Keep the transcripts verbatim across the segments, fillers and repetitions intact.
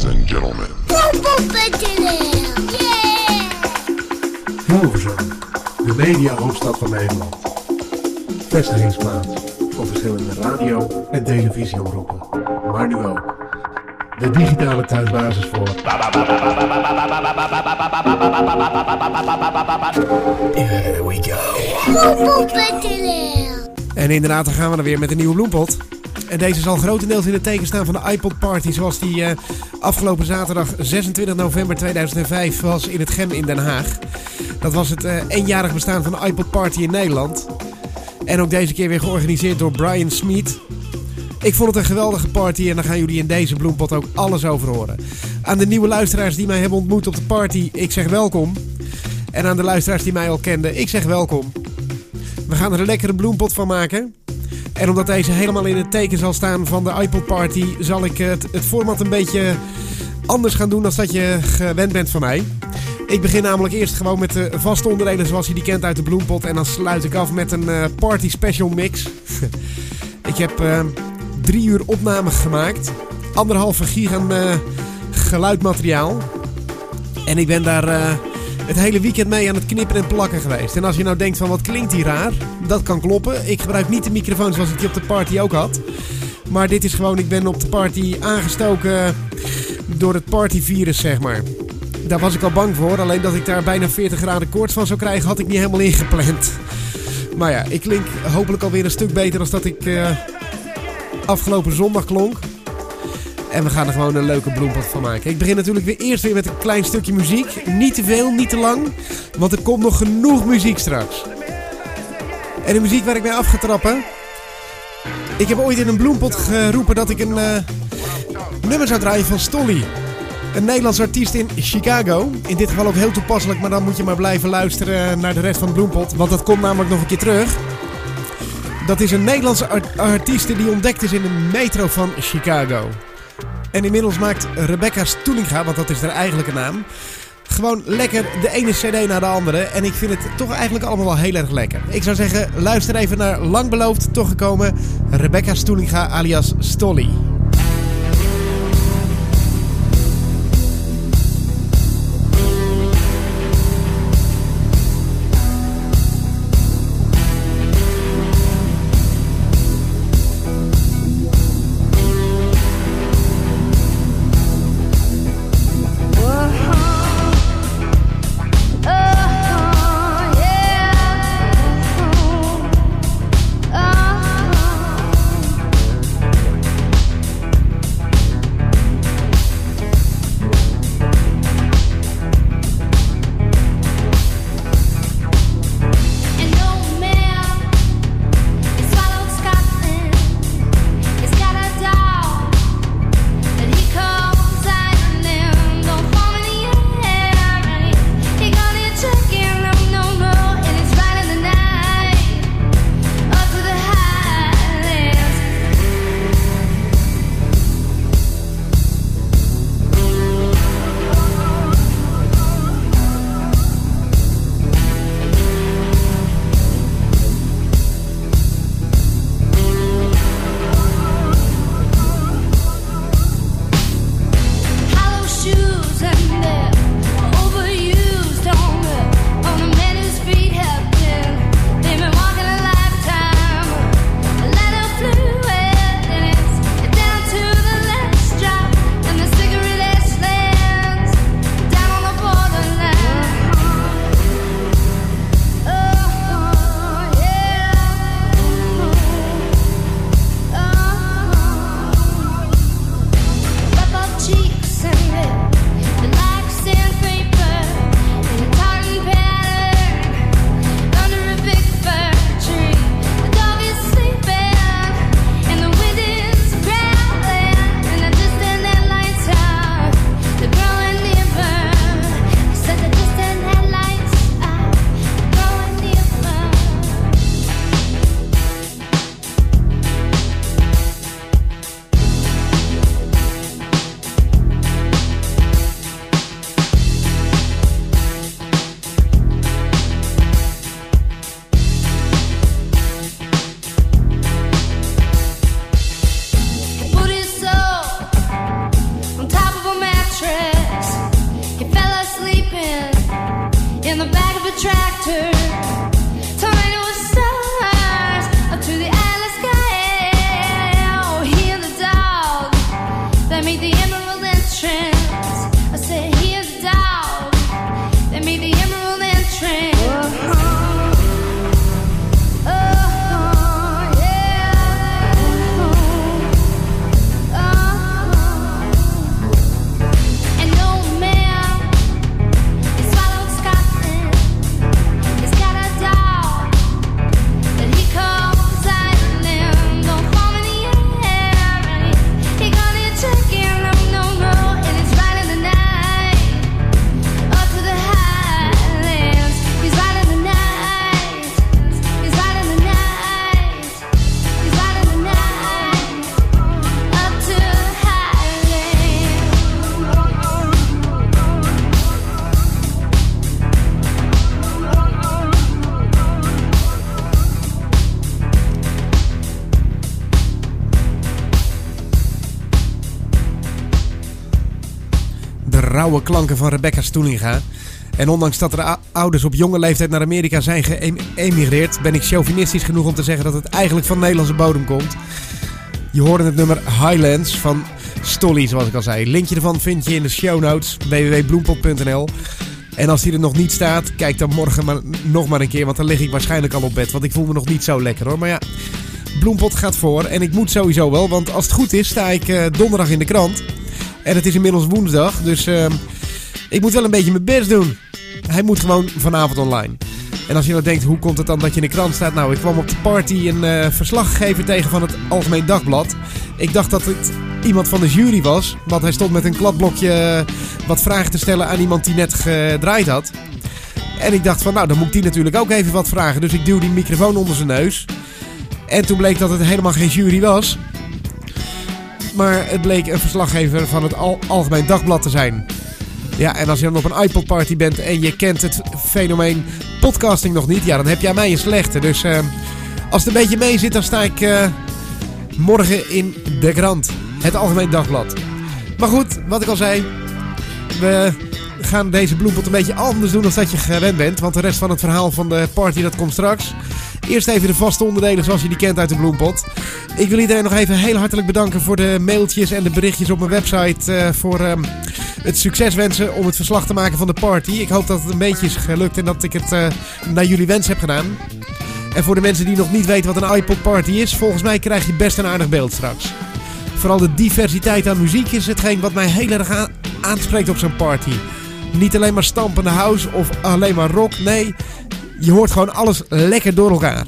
Ladies and gentlemen. Hilversum, de mediahoofdstad van Nederland. Vestigingsplaats voor verschillende radio- en televisieomroepen. Maar nu ook de digitale thuisbasis voor... Here we go. En inderdaad, dan gaan we er weer met een nieuwe bloempot. En deze zal grotendeels in het teken staan van de iPod Party, zoals die uh, afgelopen zaterdag zesentwintig november tweeduizend vijf was in het Gem in Den Haag. Dat was het uh, eenjarig bestaan van de iPod Party in Nederland. En ook deze keer weer georganiseerd door Brian Smeet. Ik vond het een geweldige party en daar gaan jullie in deze bloempot ook alles over horen. Aan de nieuwe luisteraars die mij hebben ontmoet op de party, ik zeg welkom. En aan de luisteraars die mij al kenden, ik zeg welkom. We gaan er een lekkere bloempot van maken. En omdat deze helemaal in het teken zal staan van de iPod Party, zal ik het, het format een beetje anders gaan doen dan dat je gewend bent van mij. Ik begin namelijk eerst gewoon met de vaste onderdelen zoals je die kent uit de bloempot. En dan sluit ik af met een uh, party special mix. Ik heb uh, drie uur opname gemaakt. Anderhalve gig aan uh, geluidmateriaal. En ik ben daar... Uh, Het hele weekend mee aan het knippen en plakken geweest. En als je nou denkt van wat klinkt hier raar, dat kan kloppen. Ik gebruik niet de microfoon zoals ik die op de party ook had. Maar dit is gewoon, ik ben op de party aangestoken door het partyvirus, zeg maar. Daar was ik al bang voor. Alleen dat ik daar bijna veertig graden koorts van zou krijgen, had ik niet helemaal ingepland. Maar ja, ik klink hopelijk alweer een stuk beter dan dat ik uh, afgelopen zondag klonk. En we gaan er gewoon een leuke bloempot van maken. Ik begin natuurlijk weer eerst weer met een klein stukje muziek. Niet te veel, niet te lang. Want er komt nog genoeg muziek straks. En de muziek waar ik mee af ga trappen. Ik heb ooit in een bloempot geroepen dat ik een uh, nummer zou draaien van Stolly. Een Nederlands artiest in Chicago. In dit geval ook heel toepasselijk. Maar dan moet je maar blijven luisteren naar de rest van de bloempot. Want dat komt namelijk nog een keer terug. Dat is een Nederlandse art- artiest die ontdekt is in de metro van Chicago. En inmiddels maakt Rebecca Stoelinga, want dat is haar eigenlijke naam, gewoon lekker de ene cd naar de andere. En ik vind het toch eigenlijk allemaal wel heel erg lekker. Ik zou zeggen, luister even naar lang beloofd toegekomen Rebecca Stoelinga alias Stolly. rauwe klanken van Rebecca Stoelinga. En ondanks dat er ouders op jonge leeftijd naar Amerika zijn geëmigreerd, ben ik chauvinistisch genoeg om te zeggen dat het eigenlijk van Nederlandse bodem komt. Je hoorde het nummer Highlands van Stolly, zoals ik al zei. Linkje ervan vind je in de show notes, w w w punt bloempot punt n l. En als die er nog niet staat, kijk dan morgen maar, nog maar een keer, want dan lig ik waarschijnlijk al op bed. Want ik voel me nog niet zo lekker hoor. Maar ja, Bloempot gaat voor en ik moet sowieso wel, want als het goed is sta ik uh, donderdag in de krant. En het is inmiddels woensdag, dus uh, ik moet wel een beetje mijn best doen. Hij moet gewoon vanavond online. En als je nou denkt, hoe komt het dan dat je in de krant staat? Nou, ik kwam op de party een uh, verslaggever tegen van het Algemeen Dagblad. Ik dacht dat het iemand van de jury was, want hij stond met een kladblokje uh, wat vragen te stellen aan iemand die net gedraaid had. En ik dacht van, nou, dan moet ik die natuurlijk ook even wat vragen. Dus ik duw die microfoon onder zijn neus. En toen bleek dat het helemaal geen jury was. Maar het bleek een verslaggever van het Al- Algemeen Dagblad te zijn. Ja, en als je dan op een iPod party bent en je kent het fenomeen podcasting nog niet, ja, dan heb jij mij een slechte. Dus uh, als het een beetje mee zit, dan sta ik uh, morgen in de krant. Het Algemeen Dagblad. Maar goed, wat ik al zei, we gaan deze Bloempot een beetje anders doen dan dat je gewend bent. Want de rest van het verhaal van de party, dat komt straks. Eerst even de vaste onderdelen zoals je die kent uit de Bloempot. Ik wil iedereen nog even heel hartelijk bedanken voor de mailtjes en de berichtjes op mijn website. Uh, voor uh, het succes wensen om het verslag te maken van de party. Ik hoop dat het een beetje is gelukt en dat ik het uh, naar jullie wens heb gedaan. En voor de mensen die nog niet weten wat een iPod party is, volgens mij krijg je best een aardig beeld straks. Vooral de diversiteit aan muziek is hetgeen wat mij heel erg aan- aanspreekt op zo'n party. Niet alleen maar stampende house of alleen maar rock, nee, je hoort gewoon alles lekker door elkaar.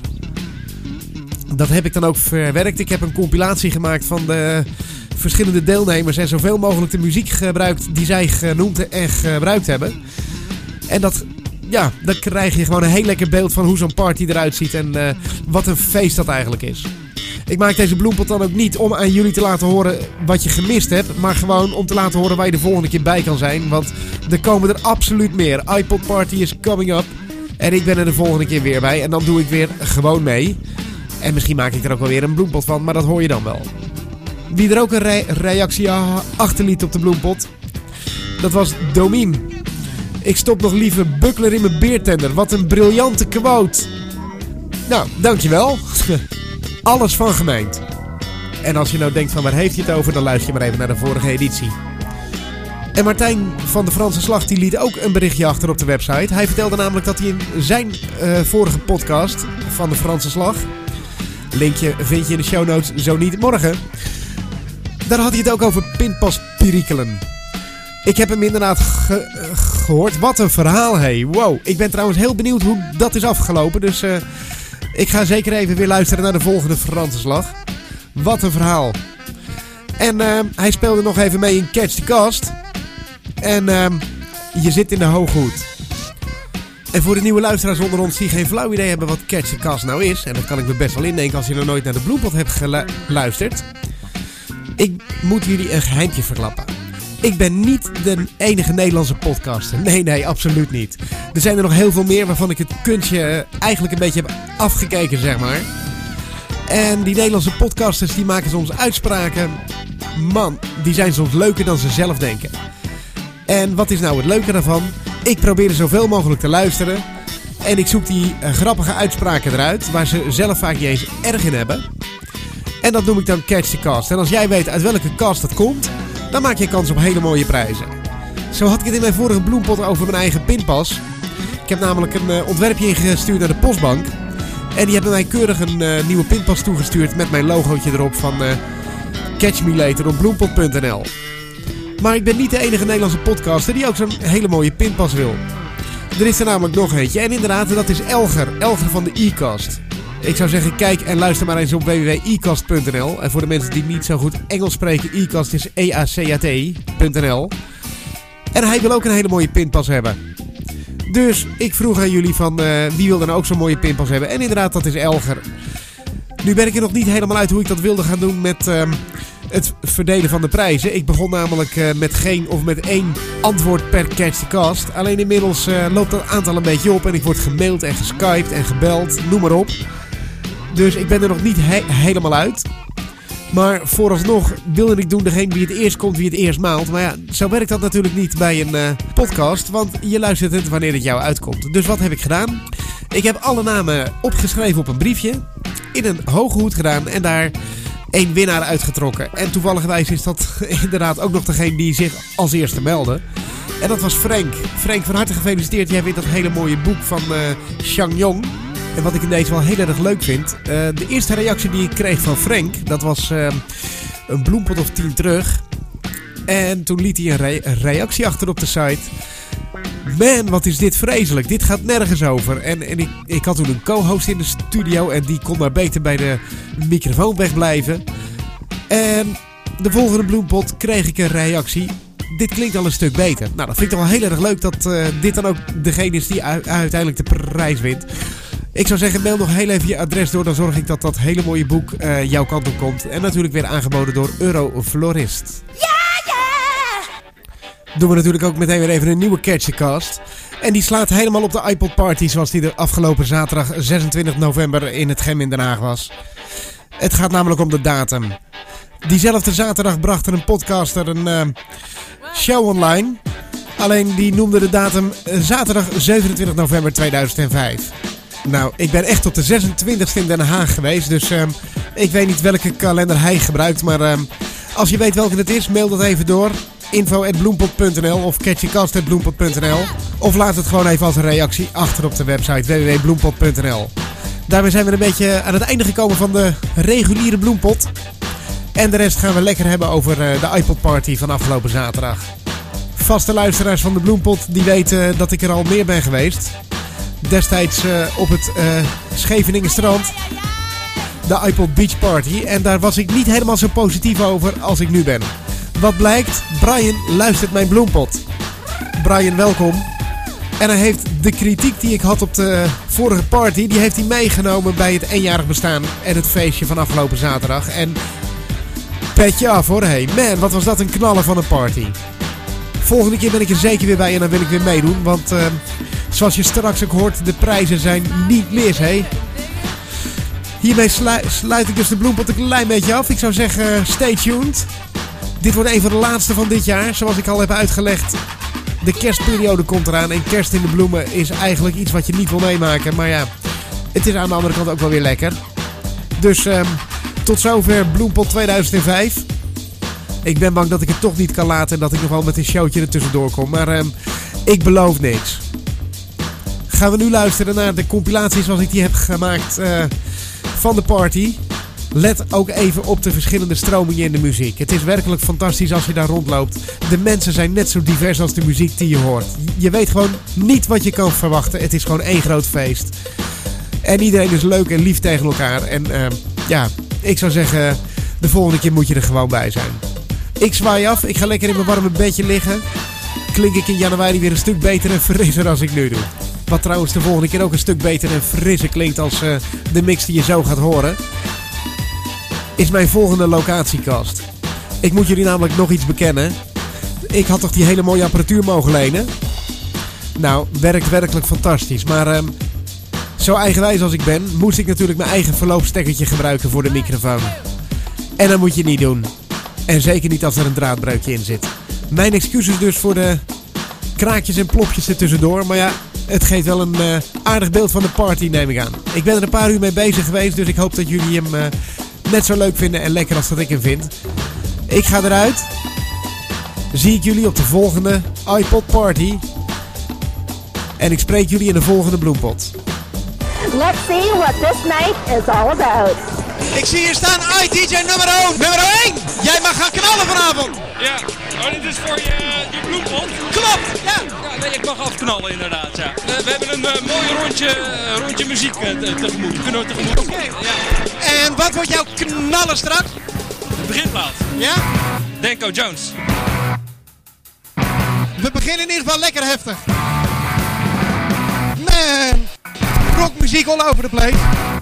Dat heb ik dan ook verwerkt. Ik heb een compilatie gemaakt van de verschillende deelnemers en zoveel mogelijk de muziek gebruikt die zij genoemd en gebruikt hebben. En dat, ja, dan krijg je gewoon een heel lekker beeld van hoe zo'n party eruit ziet en uh, wat een feest dat eigenlijk is. Ik maak deze Bloempot dan ook niet om aan jullie te laten horen wat je gemist hebt, maar gewoon om te laten horen waar je de volgende keer bij kan zijn. Want er komen er absoluut meer. iPod Party is coming up. En ik ben er de volgende keer weer bij. En dan doe ik weer gewoon mee. En misschien maak ik er ook wel weer een Bloempot van, maar dat hoor je dan wel. Wie er ook een re- reactie achterliet op de Bloempot, dat was Domien. Ik stop nog liever buckler in mijn beertender. Wat een briljante quote. Nou, dankjewel. Alles van gemeend. En als je nou denkt van waar heeft hij het over, dan luister je maar even naar de vorige editie. En Martijn van de Franse Slag die liet ook een berichtje achter op de website. Hij vertelde namelijk dat hij in zijn uh, vorige podcast van de Franse Slag, linkje vind je in de show notes, zo niet morgen, daar had hij het ook over pinpasperikelen. Ik heb hem inderdaad ge- gehoord. Wat een verhaal, hey. Wow. Ik ben trouwens heel benieuwd hoe dat is afgelopen. Dus uh, ik ga zeker even weer luisteren naar de volgende Franse Slag. Wat een verhaal. En uh, hij speelde nog even mee in Catch the Cast. En uh, je zit in de hooghoed. En voor de nieuwe luisteraars onder ons die geen flauw idee hebben wat Catch the Cast nou is, en dat kan ik me best wel indenken als je nog nooit naar de Bloempot hebt geluisterd. Ik moet jullie een geheimtje verklappen. Ik ben niet de enige Nederlandse podcaster. Nee, nee, absoluut niet. Er zijn er nog heel veel meer waarvan ik het kunstje eigenlijk een beetje heb afgekeken, zeg maar. En die Nederlandse podcasters die maken soms uitspraken. Man, die zijn soms leuker dan ze zelf denken. En wat is nou het leuke daarvan? Ik probeer er zoveel mogelijk te luisteren. En ik zoek die uh, grappige uitspraken eruit, waar ze zelf vaak niet eens erg in hebben. En dat noem ik dan Catch the Cast. En als jij weet uit welke cast dat komt, dan maak je kans op hele mooie prijzen. Zo had ik het in mijn vorige bloempot over mijn eigen pinpas. Ik heb namelijk een uh, ontwerpje ingestuurd naar de postbank. En die hebben mij keurig een uh, nieuwe pinpas toegestuurd met mijn logootje erop van uh, Catch Me Later op bloempot punt n l. Maar ik ben niet de enige Nederlandse podcaster die ook zo'n hele mooie pinpas wil. Er is er namelijk nog eentje en inderdaad, dat is Elger. Elger van de e-cast. Ik zou zeggen, kijk en luister maar eens op w w w punt e cast punt n l. En voor de mensen die niet zo goed Engels spreken, e-cast is e a c a t punt n l. En hij wil ook een hele mooie pinpas hebben. Dus ik vroeg aan jullie van uh, wie wil dan ook zo'n mooie pinpas hebben. En inderdaad, dat is Elger. Nu ben ik er nog niet helemaal uit hoe ik dat wilde gaan doen met uh, het verdelen van de prijzen. Ik begon namelijk uh, met geen of met één antwoord per Catch the Cast. Alleen inmiddels uh, loopt dat aantal een beetje op en ik word gemaild en geskyped en gebeld, noem maar op. Dus ik ben er nog niet he- helemaal uit. Maar vooralsnog wilde ik doen degene wie het eerst komt, wie het eerst maalt. Maar ja, zo werkt dat natuurlijk niet bij een uh, podcast. Want je luistert het wanneer het jou uitkomt. Dus wat heb ik gedaan? Ik heb alle namen opgeschreven op een briefje. In een hoge hoed gedaan. En daar één winnaar uitgetrokken. En toevallig is dat inderdaad ook nog degene die zich als eerste meldde. En dat was Frank. Frank, van harte gefeliciteerd. Jij wint dat hele mooie boek van uh, Shang Yong. En wat ik in deze wel heel erg leuk vind. Uh, de eerste reactie die ik kreeg van Frank. Dat was uh, een bloempot of tien terug. En toen liet hij een, re- een reactie achter op de site. Man, wat is dit vreselijk. Dit gaat nergens over. En, en ik, ik had toen een co-host in de studio. En die kon maar beter bij de microfoon wegblijven. En de volgende bloempot kreeg ik een reactie. Dit klinkt al een stuk beter. Nou, dat vind ik toch wel heel erg leuk dat uh, dit dan ook degene is die u- uiteindelijk de prijs wint. Ik zou zeggen, mail nog heel even je adres door. Dan zorg ik dat dat hele mooie boek uh, jouw kant op komt. En natuurlijk weer aangeboden door Euroflorist. Ja, ja! Doen we natuurlijk ook meteen weer even een nieuwe Catch the Cast. En die slaat helemaal op de iPod Party zoals die er afgelopen zaterdag zesentwintig november in het Gem in Den Haag was. Het gaat namelijk om de datum. Diezelfde zaterdag bracht er een podcaster een uh, show online. Alleen die noemde de datum zaterdag zevenentwintig november tweeduizend vijf. Nou, ik ben echt tot de zesentwintigste in Den Haag geweest. Dus um, ik weet niet welke kalender hij gebruikt. Maar um, als je weet welke het is, mail dat even door. info at bloempot punt n l of catchycast at bloempot punt n l. Of laat het gewoon even als een reactie achter op de website w w w punt bloempot punt n l. Daarmee zijn we een beetje aan het einde gekomen van de reguliere bloempot. En de rest gaan we lekker hebben over uh, de iPod Party van afgelopen zaterdag. Vaste luisteraars van de bloempot die weten dat ik er al meer ben geweest. Destijds uh, op het uh, Scheveningen-strand. De iPod Beach Party. En daar was ik niet helemaal zo positief over als ik nu ben. Wat blijkt? Brian luistert mijn bloempot. Brian, welkom. En hij heeft de kritiek die ik had op de vorige party, die heeft hij meegenomen bij het eenjarig bestaan en het feestje van afgelopen zaterdag. En petje af hoor, hey man, wat was dat een knaller van een party. Volgende keer ben ik er zeker weer bij en dan wil ik weer meedoen, want uh, zoals je straks ook hoort, de prijzen zijn niet mis, hé. Hiermee slu- sluit ik dus de bloempot een klein beetje af. Ik zou zeggen, stay tuned. Dit wordt een van de laatste van dit jaar, zoals ik al heb uitgelegd. De kerstperiode komt eraan en kerst in de bloemen is eigenlijk iets wat je niet wil meemaken. Maar ja, het is aan de andere kant ook wel weer lekker. Dus um, tot zover Bloempot tweeduizend vijf. Ik ben bang dat ik het toch niet kan laten en dat ik nog wel met een showtje er tussendoor kom. Maar um, ik beloof niks. Gaan we nu luisteren naar de compilatie zoals ik die heb gemaakt uh, van de party. Let ook even op de verschillende stromingen in de muziek. Het is werkelijk fantastisch als je daar rondloopt. De mensen zijn net zo divers als de muziek die je hoort. Je weet gewoon niet wat je kan verwachten. Het is gewoon één groot feest. En iedereen is leuk en lief tegen elkaar. En uh, ja, ik zou zeggen, de volgende keer moet je er gewoon bij zijn. Ik zwaai af. Ik ga lekker in mijn warme bedje liggen. Klink ik in januari weer een stuk beter en frisser als ik nu doe. Wat trouwens de volgende keer ook een stuk beter en frisser klinkt als uh, de mix die je zo gaat horen. Is mijn volgende locatiekast. Ik moet jullie namelijk nog iets bekennen. Ik had toch die hele mooie apparatuur mogen lenen? Nou, werkt werkelijk fantastisch. Maar um, zo eigenwijs als ik ben, moest ik natuurlijk mijn eigen verloopstekkertje gebruiken voor de microfoon. En dat moet je niet doen. En zeker niet als er een draadbreukje in zit. Mijn excuses dus voor de kraakjes en plopjes er tussendoor. Maar ja, het geeft wel een uh, aardig beeld van de party, neem ik aan. Ik ben er een paar uur mee bezig geweest, dus ik hoop dat jullie hem uh, net zo leuk vinden en lekker als dat ik hem vind. Ik ga eruit. Dan zie ik jullie op de volgende iPod Party. En ik spreek jullie in de volgende Bloempot. Let's see what this night is all about. Ik zie hier staan I D J nummer één. Jij mag gaan knallen vanavond. Ja, oh, dit is voor je, je Bloempot. Klopt, ja. Ja, nee, ik mag afknallen inderdaad, ja. We, we hebben een uh, mooi rondje, uh, rondje muziek uh, tegemoet. Kunnen we tegemoet. Oké. Okay. Ja. En wat wordt jouw knallen straks? De beginplaat. Ja? Danko Jones. We beginnen in ieder geval lekker heftig. Man, rockmuziek all over the place.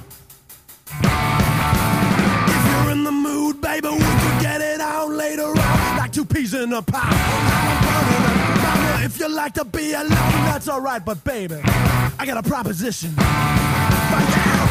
If you're in the mood, baby, we could get it on later on, like two peas in a pod. Mama, if you like to be alone, that's alright, but baby, I got a proposition. Right now.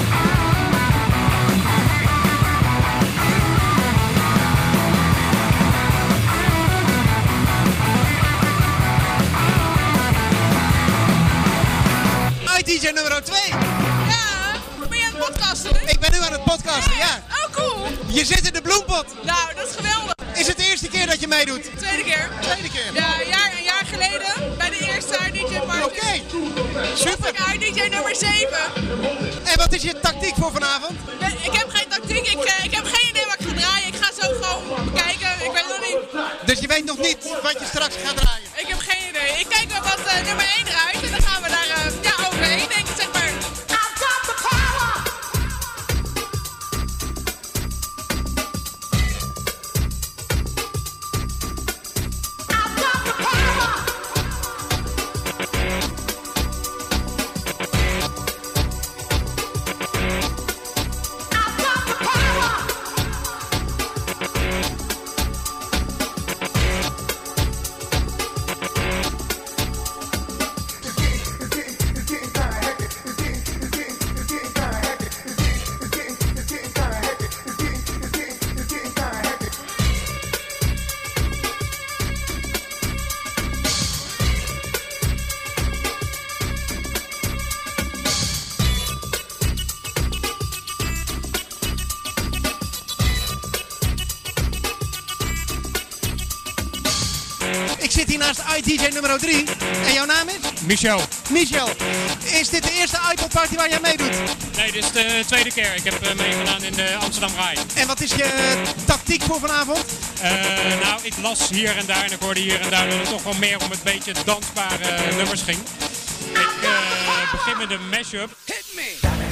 D J nummer twee. Ja, ben je aan het podcasten? Ik ben nu aan het podcasten, ja. ja. Oh, cool. Je zit in de Bloempot. Nou, dat is geweldig. Is het de eerste keer dat je meedoet? Tweede keer. Tweede keer? Ja, een jaar, een jaar geleden bij de eerste I D J Party. Oké, okay. Super. I D J nummer zeven. En wat is je tactiek voor vanavond? Ik heb geen tactiek, ik, ik heb geen idee wat ik ga draaien. Ik ga zo gewoon bekijken, ik weet nog niet. Dus je weet nog niet wat je straks gaat draaien? Ik heb geen idee. Ik kijk wel wat uh, nummer één draait en dan gaan we daar uh, ja, overheen, denk ik, zeg maar. I've got the power! I've got the power! I've got the power! Ik zit hier naast I D J nummer drie. En jouw naam is? Michel. Michel. Is dit de eerste iPod Party waar jij meedoet? Nee, dit is de tweede keer. Ik heb uh, meegedaan in de Amsterdam Rai. En wat is je uh, tactiek voor vanavond? Uh, nou, ik las hier en daar en ik hoorde hier en daar dat het toch wel meer om het beetje dansbare uh, nummers ging. Ik uh, begin met de mashup. Hit me!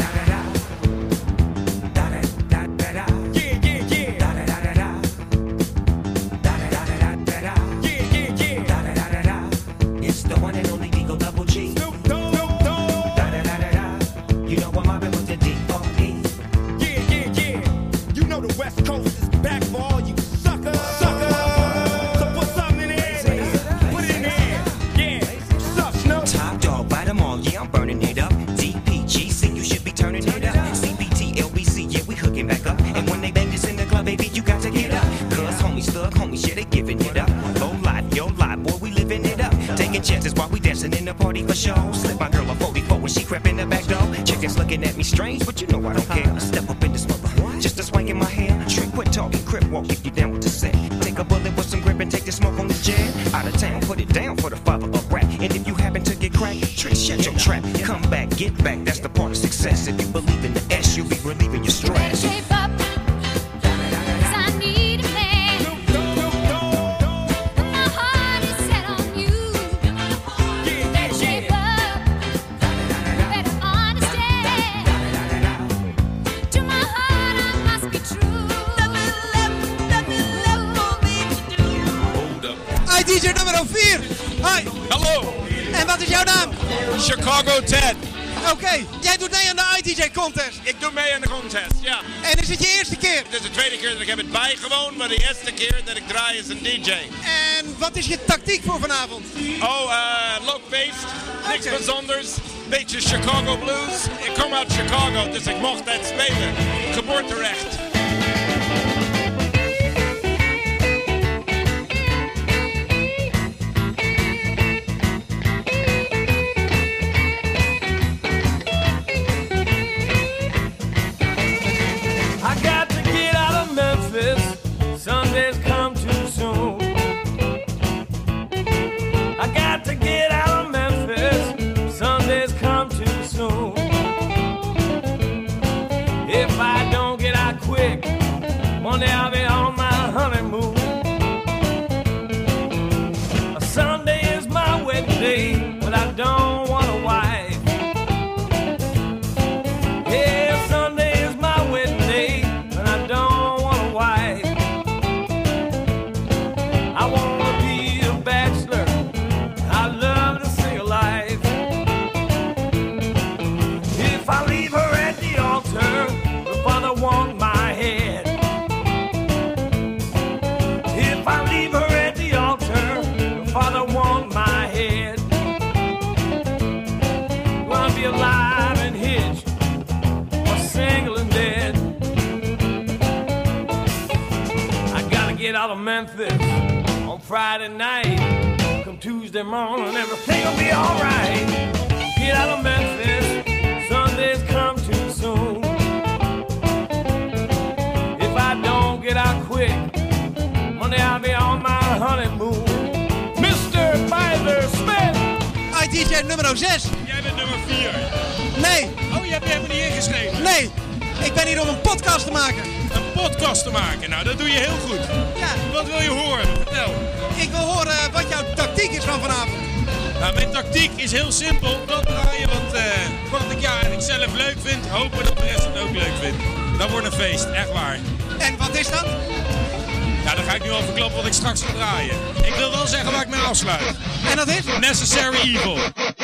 Chances while we dancing in the party for show. Slip my girl a forty-four when she crept in the back door. Chickens looking at me strange, but you know I don't care. Step up in this mother, just a swank in my hair. Trick, quit talking, crip walk if you down with the set. Take a bullet with some grip and take the smoke on the jet. Out of town, put it down for the father of rap. And if you happen to get cracked, trick, shut your trap. Come back, get back, that's the part of success. If you believe in the S, you'll be relieving your stress. I D J nummer vier. Hi. Hallo. En wat is jouw naam? Chicago Ted. Oké, okay. Jij doet mee aan de I D J contest. Ik doe mee aan de contest, ja. En is het je eerste keer? Dit is de tweede keer dat ik heb het bijgewoond, maar de eerste keer dat ik draai is een D J. En wat is je tactiek voor vanavond? Oh, uh, low-based, niks okay. bijzonders. Beetje Chicago blues. Ik kom uit Chicago, dus ik mocht dat spelen. Geboorterecht. One day I'll be on my honeymoon. Sunday is my wedding day, but I don't want a wife. Yeah, Sunday is my wedding day, but I don't want a wife. I want to be a bachelor. I love to sing a life. If I leave her at the altar, the Father wants my head. If I leave her at the altar, the Father wants my head. Gonna be alive and hitched, or single and dead. I gotta get out of Memphis on Friday night. Come Tuesday morning, everything will be alright. Get out of Memphis, Sundays come too soon. If I don't get out quick, Monday I'll be on my honeymoon. mister Byler Smith. I D J nummer zes. Jij bent nummer vier. Nee. Oh, je hebt je helemaal niet ingeschreven? Nee. Ik ben hier om een podcast te maken. Een podcast te maken? Nou, dat doe je heel goed. Ja. Wat wil je horen? Vertel. Ik wil horen wat jouw tactiek is van vanavond. Nou, mijn tactiek is heel simpel. Dat draaien wat, uh, wat ik ja, ik zelf leuk vind. Hopen dat de rest het ook leuk vindt. Dat wordt een feest, echt waar. En wat is dat? Ja, dan ga ik nu al verklappen wat ik straks ga draaien. Ik wil wel zeggen waar ik mee afsluit. En dat is? Necessary Evil.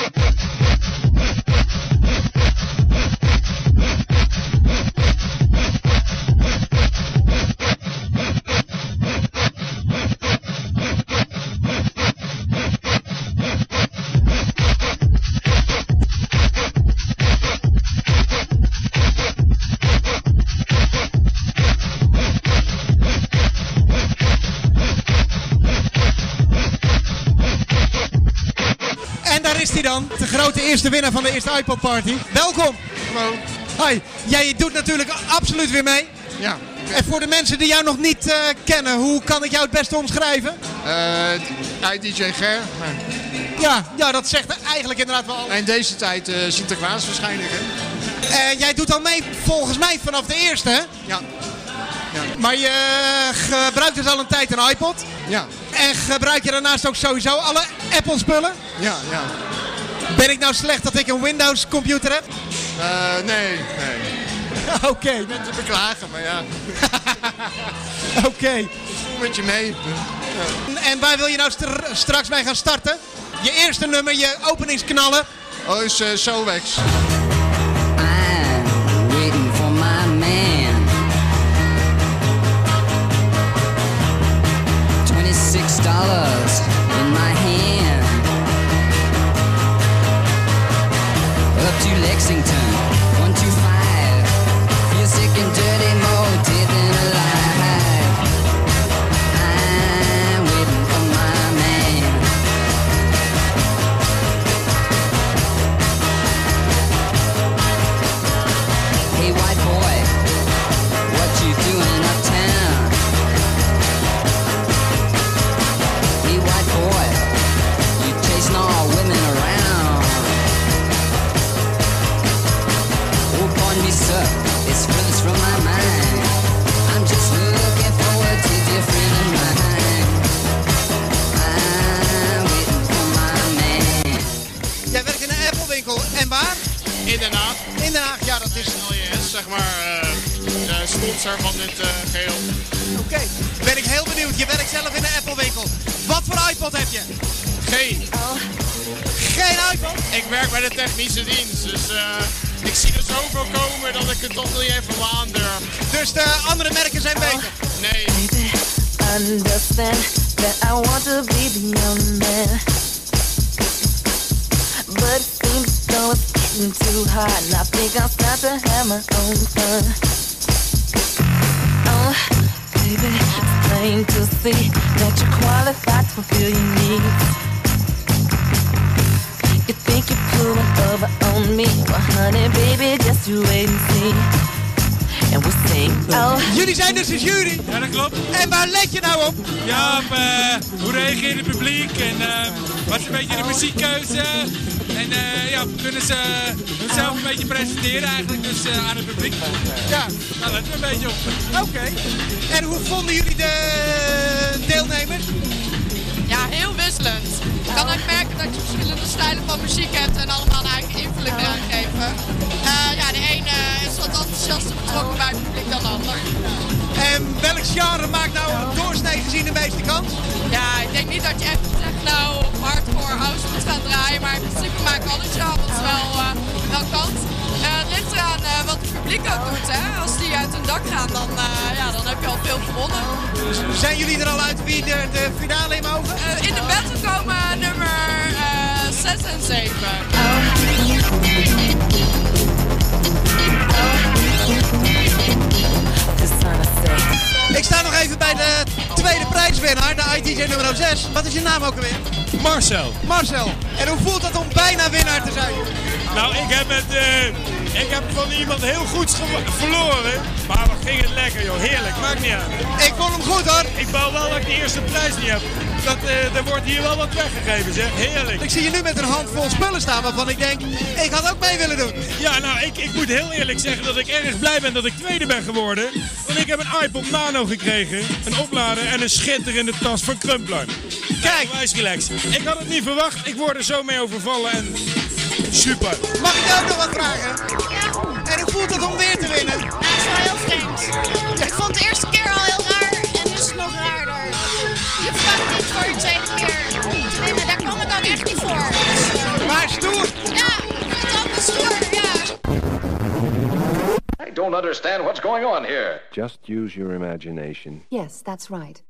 Is hij dan, de grote eerste winnaar van de eerste iPod Party. Welkom. Hallo. Hi, jij doet natuurlijk absoluut weer mee. Ja. En voor de mensen die jou nog niet uh, kennen, hoe kan ik jou het beste omschrijven? Uh, I D J Ger. Maar... Ja, ja, dat zegt eigenlijk inderdaad wel al. En deze tijd uh, Sinterklaas waarschijnlijk, hè? Uh, jij doet al mee volgens mij vanaf de eerste, hè? Ja. Ja. Maar je gebruikt dus al een tijd een iPod. Ja. En gebruik je daarnaast ook sowieso alle Apple spullen? Ja, ja. Ben ik nou slecht dat ik een Windows computer heb? Uh, nee, nee. Oké. Okay. Mensen beklagen, maar ja. Oké. Okay. Ik voel met je mee. Ja. En waar wil je nou st straks mee gaan starten? Je eerste nummer, je openingsknallen. Oh, is uh, Sowex. I'm waiting for my man. twenty-six dollars in my hand. Up to Lexington, one two five. Feel sick and dirty, more dead than alive. I'm waiting for my man. Hey white boy, what you doing uptown? Hey white boy, you chasing all women around. Oh, pardon me, sir, it's furthest from my mind. I'm just looking forward to dear friend of mine. I'm waiting for my man. Jij werkt in een Apple winkel. En waar? In Den Haag. In Den Haag, ja, dat is... L J S, zeg maar, uh, de sponsor van dit uh, geheel. Oké, okay. Ben ik heel benieuwd. Je werkt zelf in een Apple winkel. Wat voor iPod heb je? Geen. Oh. Geen iPod? Ik werk bij de technische dienst, dus uh, ik zie er zoveel komen dat ik het toch niet even wel aandurf. Dus de andere merken zijn beter? Nee. Baby, understand that I want to be the young man. But it seems though it's getting too hard, and I think I'll start to have my own fun. Oh, baby, it's plain to see that you're qualified to fulfill your needs. You think you're pulling over on me? Well, honey, baby, just you wait and see. and we'll sing. Oh. Jullie zijn dus de jury. Ja, dat klopt. En waar let je nou op? Ja, op uh, hoe reageert het publiek en uh, wat is een beetje de muziekkeuze. En uh, ja, kunnen ze hunzelf een beetje presenteren eigenlijk dus uh, aan het publiek. Ja. Daar letten we een beetje op. Oké. Okay. En hoe vonden jullie de deelnemers? Ja, heel wisselend. Je kan ook merken dat je verschillende stijlen van muziek hebt en allemaal een eigen invulling eraan geven. Uh, ja, de ene is wat enthousiaster betrokken bij het publiek dan de ander. En welk genre maakt nou doorsnee gezien de meeste kans? Ja, ik denk niet dat je echt techno of hardcore house moet gaan draaien, maar in principe maken alle genres wel, uh, wel kans. Uh, het ligt eraan uh, wat het publiek ook doet. Hè? Als die uit hun dak gaan, dan, uh, ja, dan heb je al veel gewonnen. Zijn jullie er al uit wie de, de finale in mogen? Uh, in de battle komen nummer zes uh, en zeven. Ik sta nog even bij de tweede prijswinnaar, de I T J nummer zes. Wat is je naam ook alweer? Marcel. Marcel. En hoe voelt het om bijna winnaar te zijn? Nou, ik heb het... Uh... Ik heb van iemand heel goed verloren. Maar wat ging het lekker, joh. Heerlijk, maakt niet uit. Ik vond hem goed, hoor. Ik wou wel dat ik de eerste prijs niet heb. Dat, uh, er wordt hier wel wat weggegeven, zeg. Heerlijk. Ik zie je nu met een handvol spullen staan waarvan ik denk, ik had ook mee willen doen. Ja, nou, ik, ik moet heel eerlijk zeggen dat ik erg blij ben dat ik tweede ben geworden. Want ik heb een iPod Nano gekregen, een oplader en een schitterende tas van Crumpler. Kijk, wijs relax. Ik had het niet verwacht. Ik word er zo mee overvallen en... Super. Mag ik jou ook nog wat vragen? Ja. En hoe voelt het om weer te winnen? Nou, dat is wel heel vreemd. Ik vond het de eerste keer al heel raar en nu is het nog raarder. Je verwacht niet voor je tweede keer te winnen. Daar kwam ik ook echt niet voor. Dus, uh... Maar stoer. Ja, ik vind het ook wel stoer, ja. I don't understand what's going on here. Just use your imagination. Yes, that's right.